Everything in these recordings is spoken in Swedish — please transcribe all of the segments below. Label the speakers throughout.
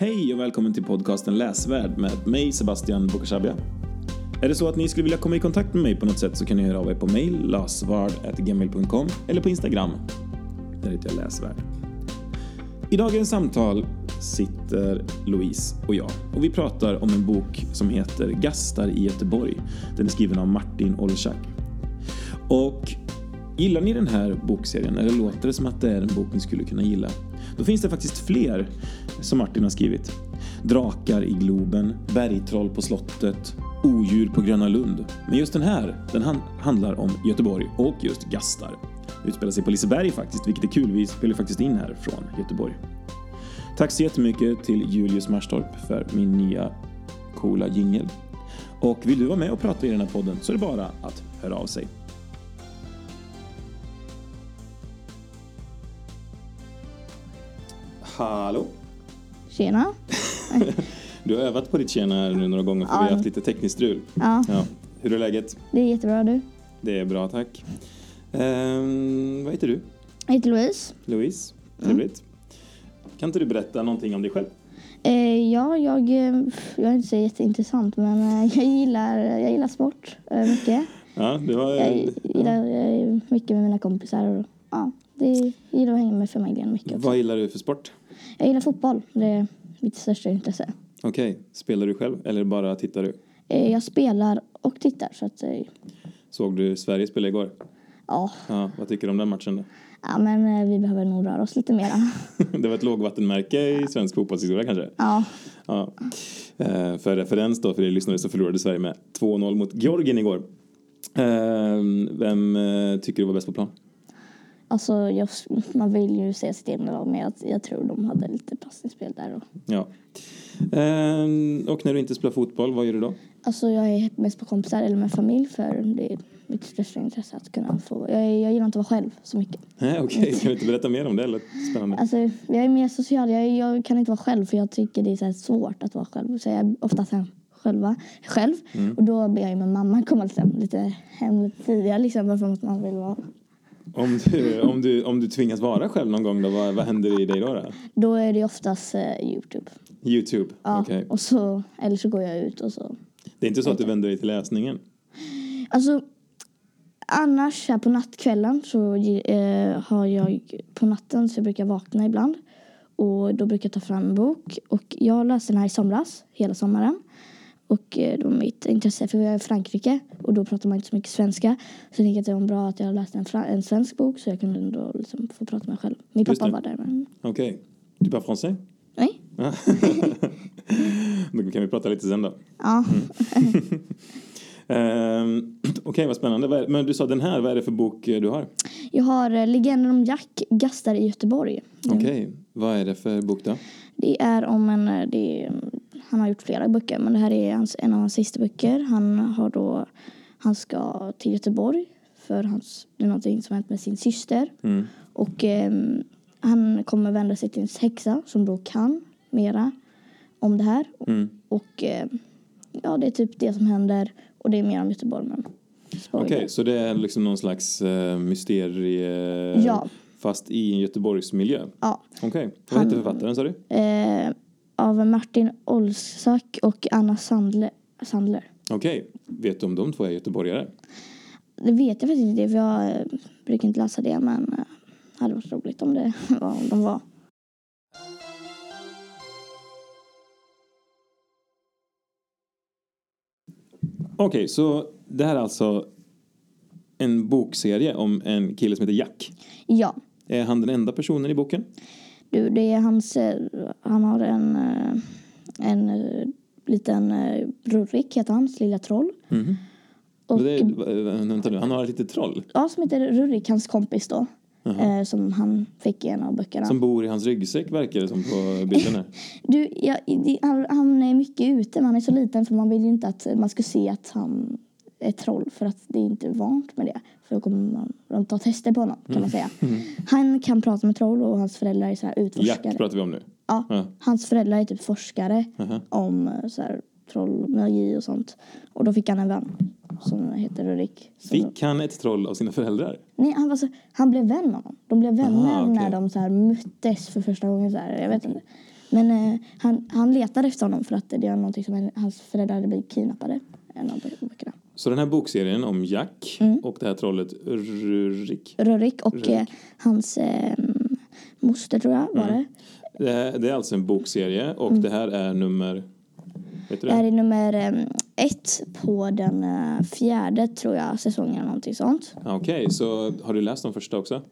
Speaker 1: Hej och välkommen till podcasten Läsvärd med mig Sebastian Bokashabia. Är det så att ni skulle vilja komma i kontakt med mig på något sätt så kan ni höra av er på mail lasvard@gmail.com eller på Instagram. Där heter jag Läsvärd. I dagens samtal sitter Louise och jag och vi pratar om en bok som heter Gastar i Göteborg. Den är skriven av Martin Olschak. Och gillar ni den här bokserien eller låter det som att det är en bok ni skulle kunna gilla? Då finns det faktiskt fler som Martin har skrivit. Drakar i Globen, Bergtroll på slottet, Odjur på Gröna Lund. Men just den här, den handlar om Göteborg och just Gastar. Det utspelar sig på Liseberg faktiskt, vilket är kul. Vi spelar faktiskt in här från Göteborg. Tack så jättemycket till Julius Marstorp för min nya coola jingle. Och vill du vara med och prata i den här podden så är det bara att höra av sig. Hallå?
Speaker 2: Tjena.
Speaker 1: Du har övat på ditt tjena här nu några gånger för vi har haft lite tekniskt strul.
Speaker 2: Ja.
Speaker 1: Hur är läget?
Speaker 2: Det är jättebra, du.
Speaker 1: Det är bra, tack. Vad heter du?
Speaker 2: Jag heter Louise.
Speaker 1: Louise, trevligt. Kan inte du berätta någonting om dig själv?
Speaker 2: Jag är inte så jätteintressant, men jag gillar sport mycket.
Speaker 1: Ja, det var...
Speaker 2: Jag gillar mycket med mina kompisar. Och, jag gillar att hänga med familjen mycket också.
Speaker 1: Vad gillar du för sport?
Speaker 2: Jag gillar fotboll. Det är mitt största intresse.
Speaker 1: Okej. Spelar du själv eller bara tittar du?
Speaker 2: Jag spelar och tittar. Så att,
Speaker 1: Såg du Sverige spela igår?
Speaker 2: Ja.
Speaker 1: Vad tycker du om den matchen då?
Speaker 2: Ja, men vi behöver nog röra oss lite mera.
Speaker 1: Det var ett lågvattenmärke i svensk fotbollshistoria kanske?
Speaker 2: Ja.
Speaker 1: För referens då, för er lyssnare, så förlorade Sverige med 2-0 mot Georgien igår. Vem tycker du var bäst på plan?
Speaker 2: Alltså, man vill ju se sitt egna lag, men jag tror de hade lite passningsspel där.
Speaker 1: Ja. Och när du inte spelar fotboll, vad gör du då?
Speaker 2: Alltså, jag är mest på kompisar eller med familj, för det är mitt största intresse att kunna få... Jag gillar inte att vara själv så mycket.
Speaker 1: Okej. Kan du inte berätta mer om det? Eller? Spännande.
Speaker 2: Alltså, jag är mer social. Jag kan inte vara själv, för jag tycker det är så här svårt att vara själv. Så jag är oftast själv. Och då ber jag med mamma komma lite hem lite tidigare, liksom, varför man vill vara...
Speaker 1: Om du tvingas vara själv någon gång då, vad händer i dig då?
Speaker 2: Då är det oftast YouTube.
Speaker 1: Ja,
Speaker 2: okay. Och så, eller så går jag ut och så.
Speaker 1: Det är inte så att du vänder dig till läsningen?
Speaker 2: Alltså, annars här på nattkvällen så har jag på natten så jag brukar vakna ibland. Och då brukar jag ta fram en bok. Och jag läste den här i somras, hela sommaren. Och det var mitt intresse, för jag är i Frankrike och då pratar man inte så mycket svenska. Så jag tänkte att det var bra att jag läste en svensk bok så jag kunde ändå liksom få prata med mig själv. Min pappa var där. Men...
Speaker 1: Okej. Du parles français?
Speaker 2: Nej.
Speaker 1: Då kan vi prata lite sen då.
Speaker 2: Ja.
Speaker 1: Okej, vad spännande. Men du sa den här, vad är det för bok du har? Jag har
Speaker 2: Legenden om Jack, Gastar i Göteborg.
Speaker 1: Okej. Vad är det för bok då?
Speaker 2: Det är om han har gjort flera böcker, men det här är en av hans sista böcker. Han ska till Göteborg för det är någonting som hänt med sin syster. Och han kommer vända sig till en häxa som då kan mera om det här. Och det är typ det som händer, och det är mer om Göteborg.
Speaker 1: Okej, så det är liksom någon slags mysterie fast i en Göteborgsmiljö? Ja. Okej, vad heter författaren, sa du?
Speaker 2: Av Martin Olschak och Anna Sandler.
Speaker 1: Okej. Vet du om de två är göteborgare?
Speaker 2: Det vet jag faktiskt inte, för jag brukar inte läsa det, men det hade varit roligt om de var.
Speaker 1: Okej, så det här är alltså en bokserie om en kille som heter Jack?
Speaker 2: Ja.
Speaker 1: Är han den enda personen i boken?
Speaker 2: Det är han har en liten Rurik heter hans lilla troll. Och
Speaker 1: han har ett litet troll?
Speaker 2: Ja, som heter Rurik, hans kompis då. Som han fick i en av böckerna.
Speaker 1: Som bor i hans ryggsäck, verkar det som på bilderna.
Speaker 2: Han är mycket ute, men han är så liten, för man vill ju inte att man ska se att han är troll, för att det är inte vant med det. För då kommer de ta tester på honom, kan man säga. Han kan prata med troll, och hans föräldrar är så här utforskare.
Speaker 1: Jack pratar vi om nu?
Speaker 2: Ja. Hans föräldrar är typ forskare om så här troll, magi och sånt. Och då fick han en vän som heter Rurik.
Speaker 1: Fick han ett troll av sina föräldrar?
Speaker 2: Nej, han blev vän med honom. De blev vänner när de så här möttes för första gången. Så här, jag vet inte. Men han letar efter honom för att det är någonting som hans föräldrar hade blivit kidnappade. En av böckerna.
Speaker 1: Så den här bokserien om Jack och det här trollet Rurik
Speaker 2: Och hans moster tror jag var det.
Speaker 1: Det är alltså en bokserie och det här är nummer... Vet du det?
Speaker 2: Det här är nummer 1 på den 4:e tror jag säsongen eller någonting sånt.
Speaker 1: Okej, så har du läst de första också?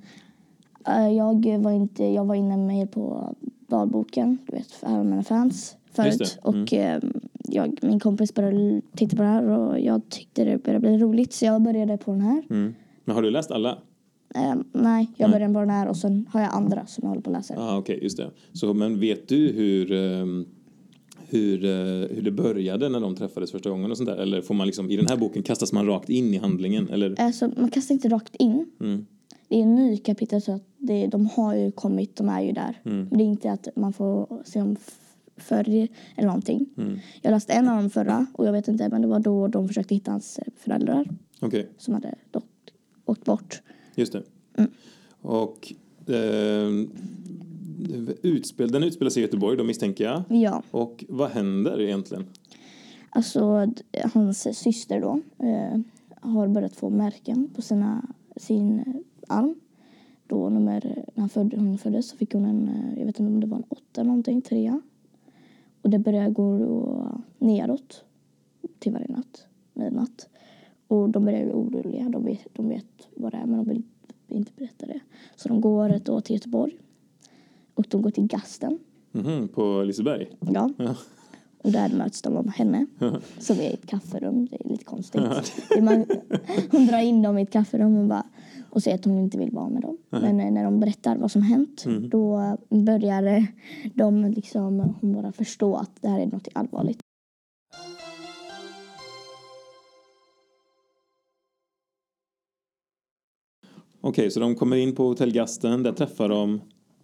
Speaker 2: Jag var inne med på badboken, du vet, för allmänna fans förut. Och min kompis började titta på det här och jag tyckte det började bli roligt så jag började på den här.
Speaker 1: Men har du läst alla?
Speaker 2: Nej, jag började på den här och sen har jag andra som jag håller på att läsa.
Speaker 1: Okej, just det. Så, men vet du hur det började när de träffades första gången och sånt där? Eller får man liksom, i den här boken kastas man rakt in i handlingen? Eller?
Speaker 2: Alltså, man kastar inte rakt in. Det är en ny kapitel så att de har ju kommit, de är ju där. Det är inte att man får se dem förr eller någonting. Jag läste en av dem förra och jag vet inte, men det var då de försökte hitta hans föräldrar. Som hade åkt bort.
Speaker 1: Just det. Och den utspelar sig i Göteborg, då misstänker jag.
Speaker 2: Ja.
Speaker 1: Och vad händer egentligen?
Speaker 2: Alltså, hans syster då har börjat få märken på sin arm. Då när hon föddes så fick hon jag vet inte om det var en 8 någonting, 3. Och det började gå neråt till varje natt. Och de börjar bli oroliga. De vet vad det är, men de vill inte berätta det. Så de går då till Göteborg. Och de går till Gasten.
Speaker 1: På Liseberg?
Speaker 2: Ja. Och där möts de av henne. Som är i ett kafferum. Det är lite konstigt. Hon drar in dem i ett kafferum och säger att hon inte vill vara med dem. Men när de berättar vad som hänt. Då börjar hon bara förstå att det här är något allvarligt.
Speaker 1: Okej, så de kommer in på Hotell Gasten. Där träffar de...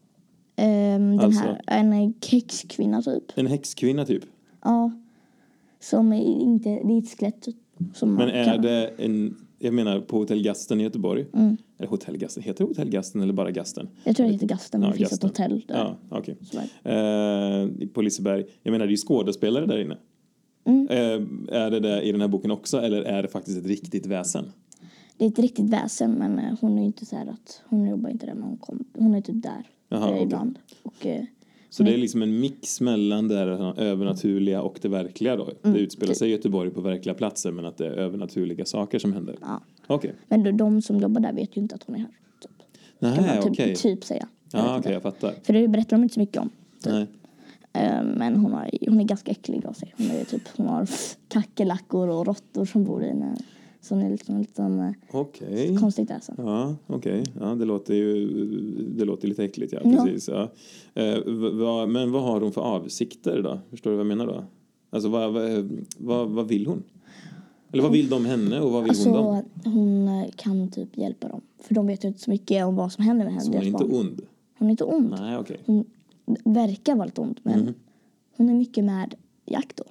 Speaker 2: en häxkvinna typ.
Speaker 1: En häxkvinna typ?
Speaker 2: Ja. Som är inte... Det är ett skelett.
Speaker 1: Men är det jag menar på Hotell Gasten i Göteborg? Eller Hotell Gasten. Heter det Hotell Gasten eller bara Gasten?
Speaker 2: Jag tror det heter Gasten. Men det finns ett hotell där.
Speaker 1: Ja, okej. På Liseberg. Jag menar det är ju skådespelare där inne. Är det där i den här boken också? Eller är det faktiskt ett riktigt väsen? Det är
Speaker 2: ett riktigt väsen, men hon är inte så här att hon jobbar inte där när hon kom. Hon är typ där. Ibland. Och,
Speaker 1: så det är liksom en mix mellan det övernaturliga och det verkliga då? Det utspelar sig i Göteborg på verkliga platser, men att det är övernaturliga saker som händer?
Speaker 2: Ja.
Speaker 1: Okay.
Speaker 2: Men de som jobbar där vet ju inte att hon är här. Typ.
Speaker 1: Nej, okej.
Speaker 2: Typ säga.
Speaker 1: Ja, okej, jag fattar.
Speaker 2: För det berättar de inte så mycket om. Typ.
Speaker 1: Nej.
Speaker 2: Men hon är ganska äcklig av sig. Hon har kackerlackor och råttor som bor i henne. Så det är liksom lite konstigt där.
Speaker 1: Ja, okej. Ja, det låter lite äckligt, ja. Precis. Ja. Men vad har hon för avsikter då? Förstår du vad jag menar då? Alltså, vad vill hon? Eller vad vill de henne och vad vill hon dem?
Speaker 2: Hon kan typ hjälpa dem. För de vet ju inte så mycket om vad som händer med henne.
Speaker 1: Så hon är inte ond?
Speaker 2: Hon är inte ond.
Speaker 1: Nej, okej.
Speaker 2: Hon verkar vara lite ond, men hon är mycket med Jack då.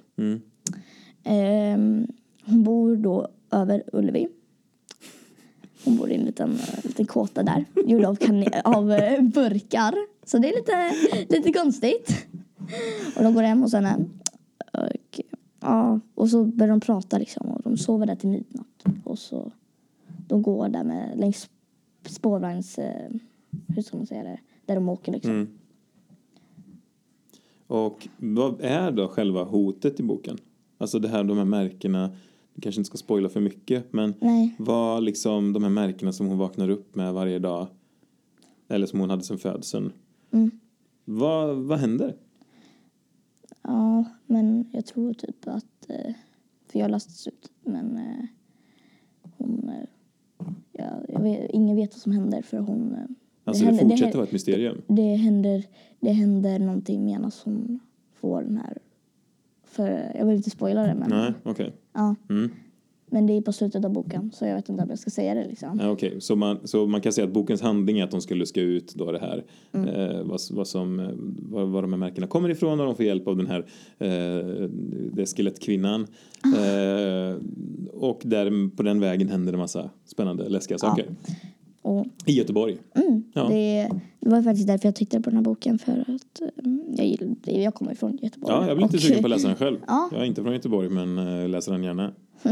Speaker 2: Hon bor då över Ullevi. Hon bor i en liten kåta där. Gjord av burkar. Så det är lite konstigt. Och de går hem hos henne. Och så börjar de prata liksom. Och de sover där till midnatt. Och så de går där längs spårvagns... hur ska man säga det? Där de åker liksom.
Speaker 1: Och vad är då själva hotet i boken? Alltså de här märkena... Vi kanske inte ska spoila för mycket, men vad liksom de här märkena som hon vaknar upp med varje dag, eller som hon hade som födseln. Vad händer?
Speaker 2: Ja, men jag tror typ att, för jag lastas ut, men ingen vet vad som händer för hon...
Speaker 1: Alltså det fortsätter vara ett mysterium?
Speaker 2: Det händer någonting medan hon får den här... För jag vill inte spoila det, men...
Speaker 1: Nej, okej.
Speaker 2: Ja. Men det är på slutet av boken, så jag vet inte om jag ska säga det liksom.
Speaker 1: Ja, okej. Så man kan säga att bokens handling är att de ska luska ut då det här. Var de här märkena kommer ifrån, och de får hjälp av den här det skelettkvinnan. Och där på den vägen händer det massa spännande, läskiga saker.
Speaker 2: Och,
Speaker 1: I Göteborg. Ja.
Speaker 2: det var faktiskt därför jag tittade på den här boken. För att jag kommer från Göteborg.
Speaker 1: Ja, jag blir lite sugen på att läsa den själv.
Speaker 2: Ja.
Speaker 1: Jag är inte från Göteborg, men läser den gärna.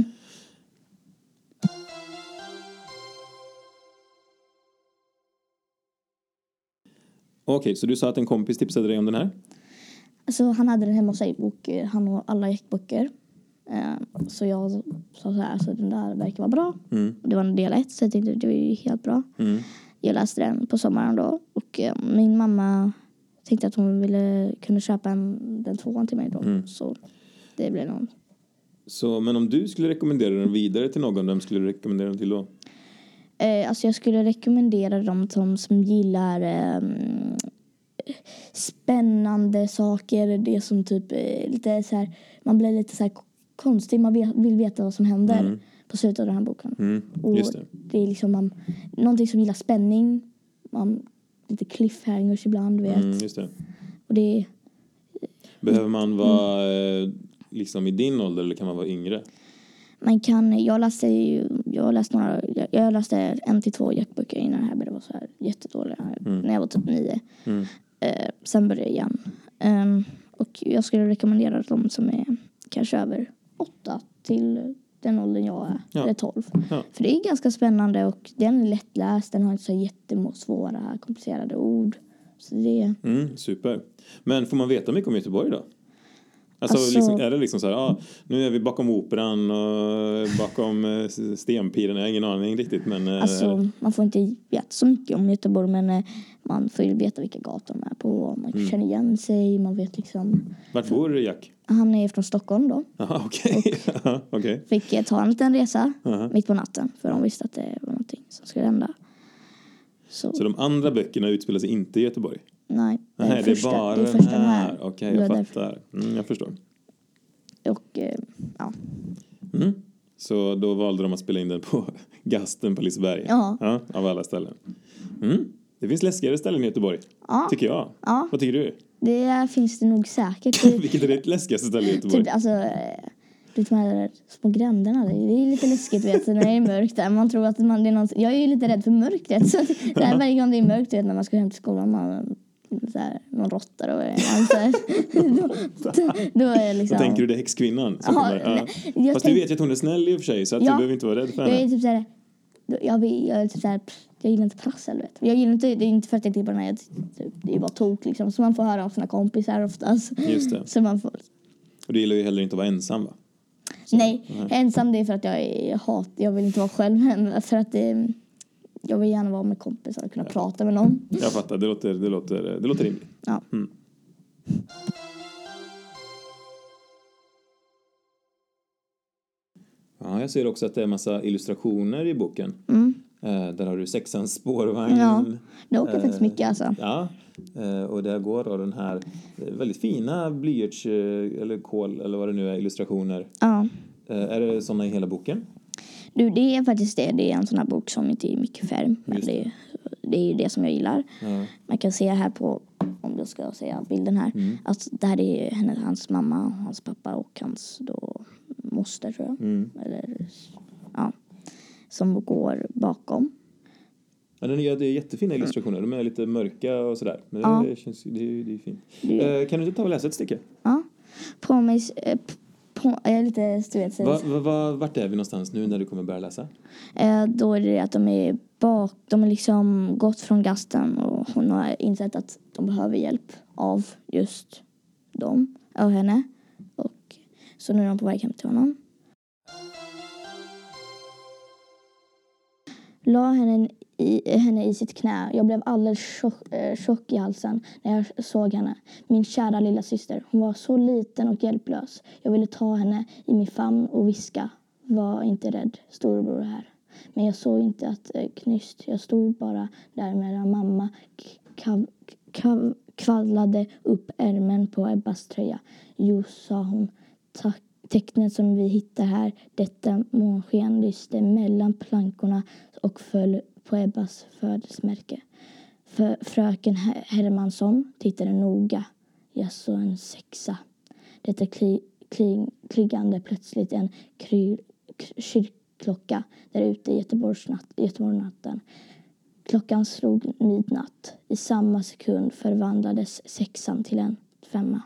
Speaker 1: Okej, så du sa att en kompis tipsade dig om den här?
Speaker 2: Alltså, han hade den hemma hos sig, och han har alla jackböcker. Så jag sa så här, alltså, den där verkar vara bra. Och det var en del 1, så jag tänkte det var ju helt bra. Jag läste den på sommaren då. Och min mamma tänkte att hon kunde köpa den 2 till mig då. Så det blev någon.
Speaker 1: Så, men om du skulle rekommendera den vidare till någon, vem skulle du rekommendera den till då?
Speaker 2: Alltså jag skulle rekommendera dem som gillar spännande saker. Det som typ lite så här, man blir lite så här konstig. Man vill veta vad som händer på slutet av den här boken.
Speaker 1: Just det.
Speaker 2: Det är liksom någonting som gillar spänning. Lite cliffhangers ibland, vet.
Speaker 1: Just det.
Speaker 2: Och det
Speaker 1: behöver man vara liksom i din ålder, eller kan man vara yngre?
Speaker 2: Man kan, jag läste 1 till 2 jackböcker innan det här, men det var så här jättedåliga när jag var typ 9. Sen började jag igen. Och jag skulle rekommendera dem som är kanske över 8 till den åldern jag är, eller 12. Ja. För det är ganska spännande och den är lättläst, den har inte så jättesvåra, komplicerade ord. Så det...
Speaker 1: super. Men får man veta mycket om Göteborg då? Alltså liksom, är det liksom så här, nu är vi bakom operan och bakom stenpiren, jag har ingen aning riktigt. Men,
Speaker 2: alltså man får inte veta så mycket om Göteborg, men man får ju veta vilka gator de är på. Man känner igen sig, man vet liksom.
Speaker 1: Vart bor Jack?
Speaker 2: Han är från Stockholm då.
Speaker 1: Aha, okej. Okay.
Speaker 2: Fick ta en liten resa mitt på natten, för de visste att det var någonting som skulle hända. Så
Speaker 1: de andra böckerna utspelar sig inte i Göteborg?
Speaker 2: Nej,
Speaker 1: det är bara den här. Okej, jag fattar. Jag förstår. Och,
Speaker 2: ja.
Speaker 1: Så då valde de att spela in den på Gasten på Liseberg.
Speaker 2: Ja.
Speaker 1: Av alla ställen. Det finns läskigare ställen i Göteborg, tycker jag.
Speaker 2: Ja.
Speaker 1: Vad tycker du?
Speaker 2: Det finns det nog säkert.
Speaker 1: Vilket är det läskigaste stället i Göteborg?
Speaker 2: Typ, alltså, de här små gränderna, det är lite läskigt, vet, när det är mörkt där. Man tror att det är någon... Jag är ju lite rädd för mörkret. Så det här, varje gång det är mörkt, vet, när man ska hem till skolan, så här, någon råttar och då är det liksom...
Speaker 1: Vad tänker du, det är häxkvinnan? Fast du vet ju att hon är snäll i och för sig, så att du behöver inte vara rädd för henne.
Speaker 2: Jag är typ så här, jag är typ så här, jag gillar inte prassel, vet. Jag gillar inte, det är inte för att jag tittar på den här, det är bara tok liksom, så man får höra av sina kompisar oftast. Just det. Så man får...
Speaker 1: Och du gillar ju heller inte att vara ensam, va?
Speaker 2: Nej, ensam det är för att jag vill inte vara själv, för att jag vill gärna vara med kompisar och kunna prata med någon.
Speaker 1: Jag fattar, det låter rimligt.
Speaker 2: Ja.
Speaker 1: Ja, jag ser också att det är en massa illustrationer i boken. Där har du 6ans spårvagn.
Speaker 2: Ja, det åker faktiskt mycket alltså.
Speaker 1: Ja, och där går då den här väldigt fina blyerts eller kol eller vad det nu är, illustrationer.
Speaker 2: Ja.
Speaker 1: Är det sådana i hela boken?
Speaker 2: Du, det är faktiskt det. Det är en sån här bok som inte är mycket färg. Men det är ju det som jag gillar. Ja. Man kan se här på, om jag ska säga bilden här, att det här är hans mamma, hans pappa och hans då moster, tror jag. Eller, ja, som går bakom.
Speaker 1: Ja, det är jättefina illustrationer. De är lite mörka och sådär. Men det är fint. Kan du inte ta och läsa ett stycke?
Speaker 2: Ja. På mig... jag är lite stuvet.
Speaker 1: Vart är vi någonstans nu när du kommer börja läsa?
Speaker 2: Då är det att de är liksom gått från Gasten, och hon har insett att de behöver hjälp av just dem, av henne. Och så nu är de på väg hem till honom. La henne i sitt knä. Jag blev alldeles tjock i halsen när jag såg henne. Min kära lilla syster. Hon var så liten och hjälplös. Jag ville ta henne i min famn och viska: var inte rädd, storebror är här. Men jag såg inte att knyst. Jag stod bara där medan mamma kvallade upp ärmen på Ebbas tröja. Jo, sa hon. Tecknet som vi hittar här, detta månsken lyste mellan plankorna och föll på Ebbas födelsemärke. Fröken Hermansson tittade noga. Jag såg en 6. Detta kliggande plötsligt en kyrkklocka där ute i Göteborgsnatten. Klockan slog midnatt. I samma sekund förvandlades 6:an till en 5:a.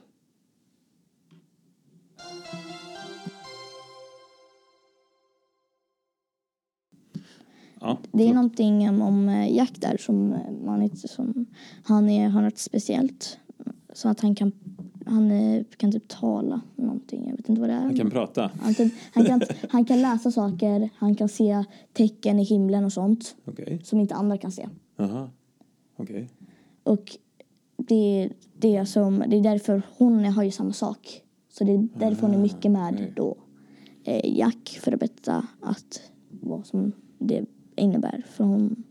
Speaker 1: Ja,
Speaker 2: Det är någonting om Jack där som man inte som han har något speciellt så att han kan typ tala någonting. Jag vet inte vad det är.
Speaker 1: Han kan prata.
Speaker 2: Han kan läsa saker, han kan se tecken i himlen och sånt.
Speaker 1: Okej.
Speaker 2: Som inte andra kan se.
Speaker 1: Aha. Okej.
Speaker 2: Och det är därför hon har ju samma sak. Så det är därför hon är mycket med då Jack för att berätta att vad som det innebär. För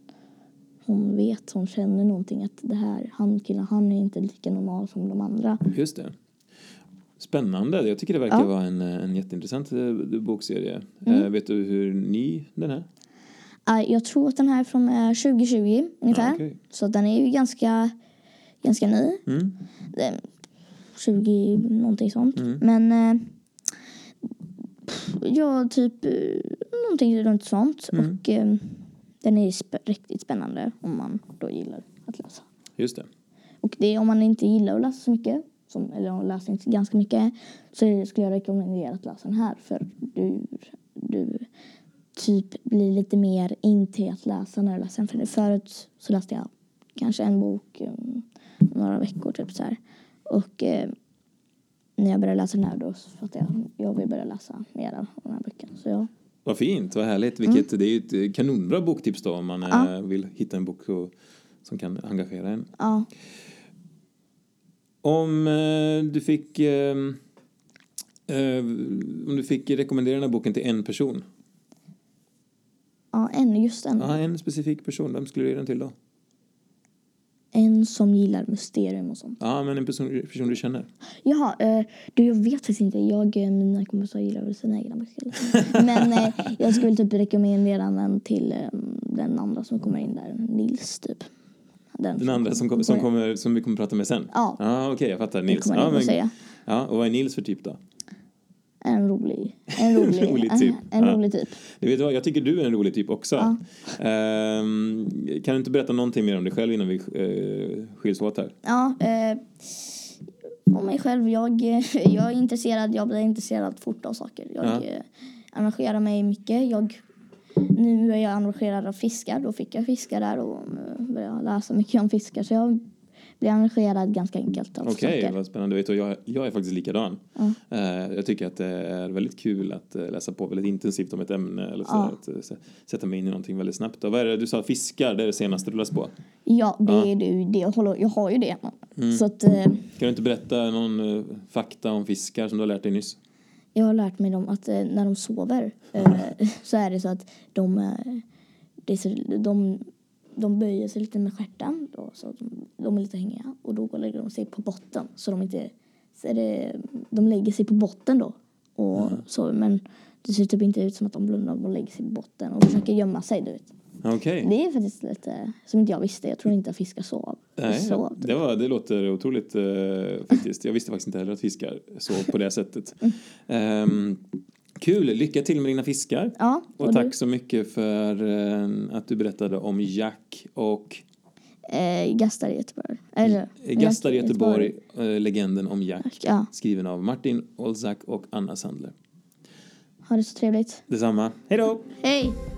Speaker 2: hon känner någonting att det här, han är inte lika normal som de andra.
Speaker 1: Just det. Spännande. Jag tycker det verkar vara en jätteintressant bokserie. Vet du hur ny den är?
Speaker 2: Jag tror att den här är från 2020 ungefär.
Speaker 1: Okay.
Speaker 2: Så den är ju ganska ny. 20 någonting sånt. Men typ någonting runt sånt. Och den är riktigt spännande om man då gillar att läsa.
Speaker 1: Just det.
Speaker 2: Och det om man inte gillar att läsa så mycket, eller läser inte ganska mycket, så skulle jag rekommendera att läsa den här. För du typ blir lite mer in till att läsa när du läser den. För förut så läste jag kanske en bok några veckor typ så här. Och när jag började läsa den här då så att jag vill börja läsa mer av den här boken. Så ja.
Speaker 1: Vad fint, vad härligt. Det är ju ett kanonbra boktips då om man vill hitta en bok som kan engagera en.
Speaker 2: Ja.
Speaker 1: Om du fick rekommendera den här boken till en person.
Speaker 2: Ja, just en.
Speaker 1: Ja, en specifik person. Vem skulle du ge den till då?
Speaker 2: En som gillar mysterium och sånt.
Speaker 1: Ja, men en person du känner.
Speaker 2: Jaha, jag vet faktiskt inte. Mina kompisar gillar väl sina egna böcker. Men jag skulle typ rekommendera den till den andra som kommer in där. Nils typ.
Speaker 1: Den andra som vi kommer prata med sen?
Speaker 2: Ja.
Speaker 1: Okej, jag fattar. Nils.
Speaker 2: Säga.
Speaker 1: Ja, och vad är Nils för typ då?
Speaker 2: En rolig typ. En rolig typ.
Speaker 1: Du vet vad, jag tycker du är en rolig typ också.
Speaker 2: Ja.
Speaker 1: Kan du inte berätta någonting mer om dig själv innan vi skiljs åt här?
Speaker 2: Ja, om mig själv. Jag är intresserad. Jag blir intresserad fort av saker. Jag engagerar mig mycket. Nu är jag engagerad av fiskar. Då fick jag fiskar där och började läsa mycket om fiskar. Så jag blir engagerad ganska enkelt av saker.
Speaker 1: Okej, vad spännande. Vet du, jag är faktiskt likadan. Jag tycker att det är väldigt kul att läsa på väldigt intensivt om ett ämne. Eller så, att sätta mig in i någonting väldigt snabbt. Och vad är det du sa? Fiskar, det är det senaste du läst på?
Speaker 2: Ja, det är det. Jag har ju det. Så att,
Speaker 1: kan du inte berätta någon fakta om fiskar som du har lärt dig nyss?
Speaker 2: Jag har lärt mig dem att när de sover så är det så att de böjer sig lite med stjärten då, så de är lite hängiga och då lägger de sig på botten så de lägger sig på botten då och så, men det ser typ inte ut som att de blundar, de lägger sig på botten och försöker gömma sig, du vet.
Speaker 1: Okay.
Speaker 2: Det är faktiskt lite som inte jag visste. Jag tror inte att fiskar sov.
Speaker 1: Det låter otroligt faktiskt. Jag visste faktiskt inte heller att fiskar sov på det sättet. Kul, lycka till med dina fiskar.
Speaker 2: Ja,
Speaker 1: och tack så mycket för att du berättade om Jack och
Speaker 2: Gastar i Göteborg.
Speaker 1: Gastar i Göteborg, legenden om Jack.
Speaker 2: Ja.
Speaker 1: Skriven av Martin Olzak och Anna Sandler.
Speaker 2: Ha det så trevligt.
Speaker 1: Detsamma. Hej då!
Speaker 2: Hej!